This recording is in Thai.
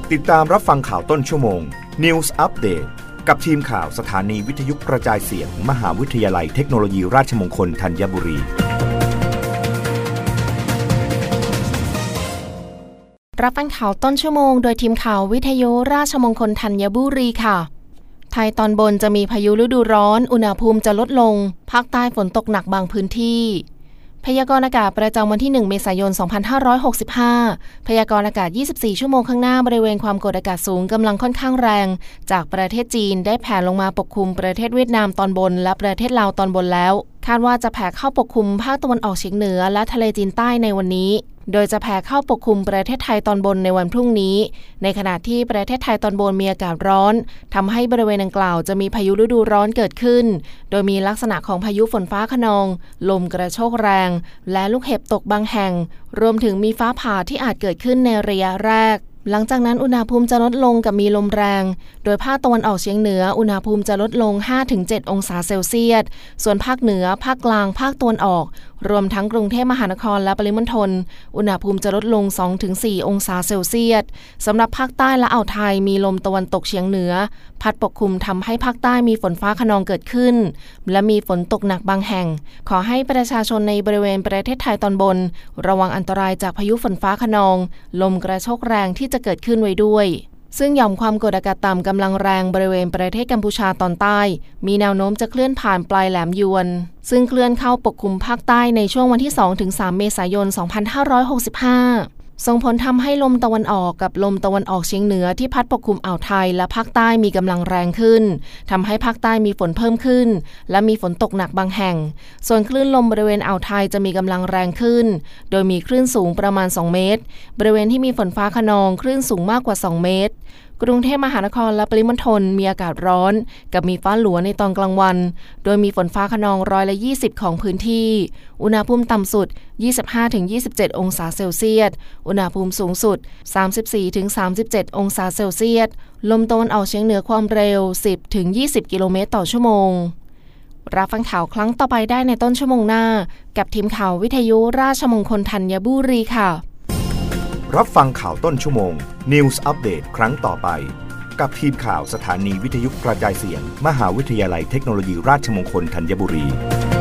ติดตามรับฟังข่าวต้นชั่วโมง News Update กับทีมข่าวสถานีวิทยุกระจายเสียง มหาวิทยาลัยเทคโนโลยีราชมงคลธัญบุรีรับฟังข่าวต้นชั่วโมงโดยทีมข่าววิทยุราชมงคลธัญบุรีค่ะไทยตอนบนจะมีพายุฤดูร้อนอุณหภูมิจะลดลงภาคใต้ฝนตกหนักบางพื้นที่พยากรณ์อากาศประจำวันที่1เมษายน2565พยากรณ์อากาศ24ชั่วโมงข้างหน้าบริเวณความกดอากาศสูงกำลังค่อนข้างแรงจากประเทศจีนได้แผ่ลงมาปกคลุมประเทศเวียดนามตอนบนและประเทศลาวตอนบนแล้วคาดว่าจะแผ่เข้าปกคลุมภาคตะวันออกเฉียงเหนือและทะเลจีนใต้ในวันนี้โดยจะแผ่เข้าปกคลุมประเทศไทยตอนบนในวันพรุ่งนี้ในขณะที่ประเทศไทยตอนบนมีอากาศร้อนทำให้บริเวณดังกล่าวจะมีพายุฤดูร้อนเกิดขึ้นโดยมีลักษณะของพายุฝนฟ้าคะนองลมกระโชกแรงและลูกเห็บตกบางแห่งรวมถึงมีฟ้าผ่าที่อาจเกิดขึ้นในระยะแรกหลังจากนั้นอุณหภูมิจะลดลงกับมีลมแรงโดยภาคตะวันออกเฉียงเหนืออุณหภูมิจะลดลง 5-7 องศาเซลเซียสส่วนภาคเหนือภาคกลางภาคตะวันออกรวมทั้งกรุงเทพมหานครและปริมณฑลอุณหภูมิจะลดลง 2-4 องศาเซลเซียสสำหรับภาคใต้และอ่าวไทยมีลมตะวันตกเฉียงเหนือพัดปกคลุมทำให้ภาคใต้มีฝนฟ้าคะนองเกิดขึ้นและมีฝนตกหนักบางแห่งขอให้ประชาชนในบริเวณประเทศไทยตอนบนระวังอันตรายจากพายุฝนฟ้าคะนองลมกระโชกแรงที่จะเกิดขึ้นไว้ด้วยซึ่งหย่อมความกดอากาศต่ำกำลังแรงบริเวณประเทศกัมพูชาตอนใต้มีแนวโน้มจะเคลื่อนผ่านปลายแหลมยวนซึ่งเคลื่อนเข้าปกคลุมภาคใต้ในช่วงวันที่ 2-3 เมษายน 2565ส่งผลทำให้ลมตะวันออกกับลมตะวันออกเฉียงเหนือที่พัดปกคลุมอ่าวไทยและภาคใต้มีกำลังแรงขึ้นทำให้ภาคใต้มีฝนเพิ่มขึ้นและมีฝนตกหนักบางแห่งส่วนคลื่นลมบริเวณอ่าวไทยจะมีกำลังแรงขึ้นโดยมีคลื่นสูงประมาณ2เมตรบริเวณที่มีฝนฟ้าคะนองคลื่นสูงมากกว่า2เมตรกรุงเทพมหานครและปริมณฑลมีอากาศร้อนกับมีฟ้าหลัวในตอนกลางวันโดยมีฝนฟ้าคะนอง120%ของพื้นที่อุณหภูมิต่ำสุด 25-27 องศาเซลเซียสอุณหภูมิสูงสุด 34-37 องศาเซลเซียสลมตะวันออกเฉียงเหนือความเร็ว 10-20 กิโลเมตรต่อชั่วโมงรับฟังข่าวครั้งต่อไปได้ในต้นชั่วโมงหน้ากับทีมข่าววิทยุราชมงคลธัญบุรีค่ะรับฟังข่าวต้นชั่วโมง News Update ครั้งต่อไปกับทีมข่าวสถานีวิทยุกระจายเสียง มหาวิทยาลัยเทคโนโลยีราชมงคลธัญบุรี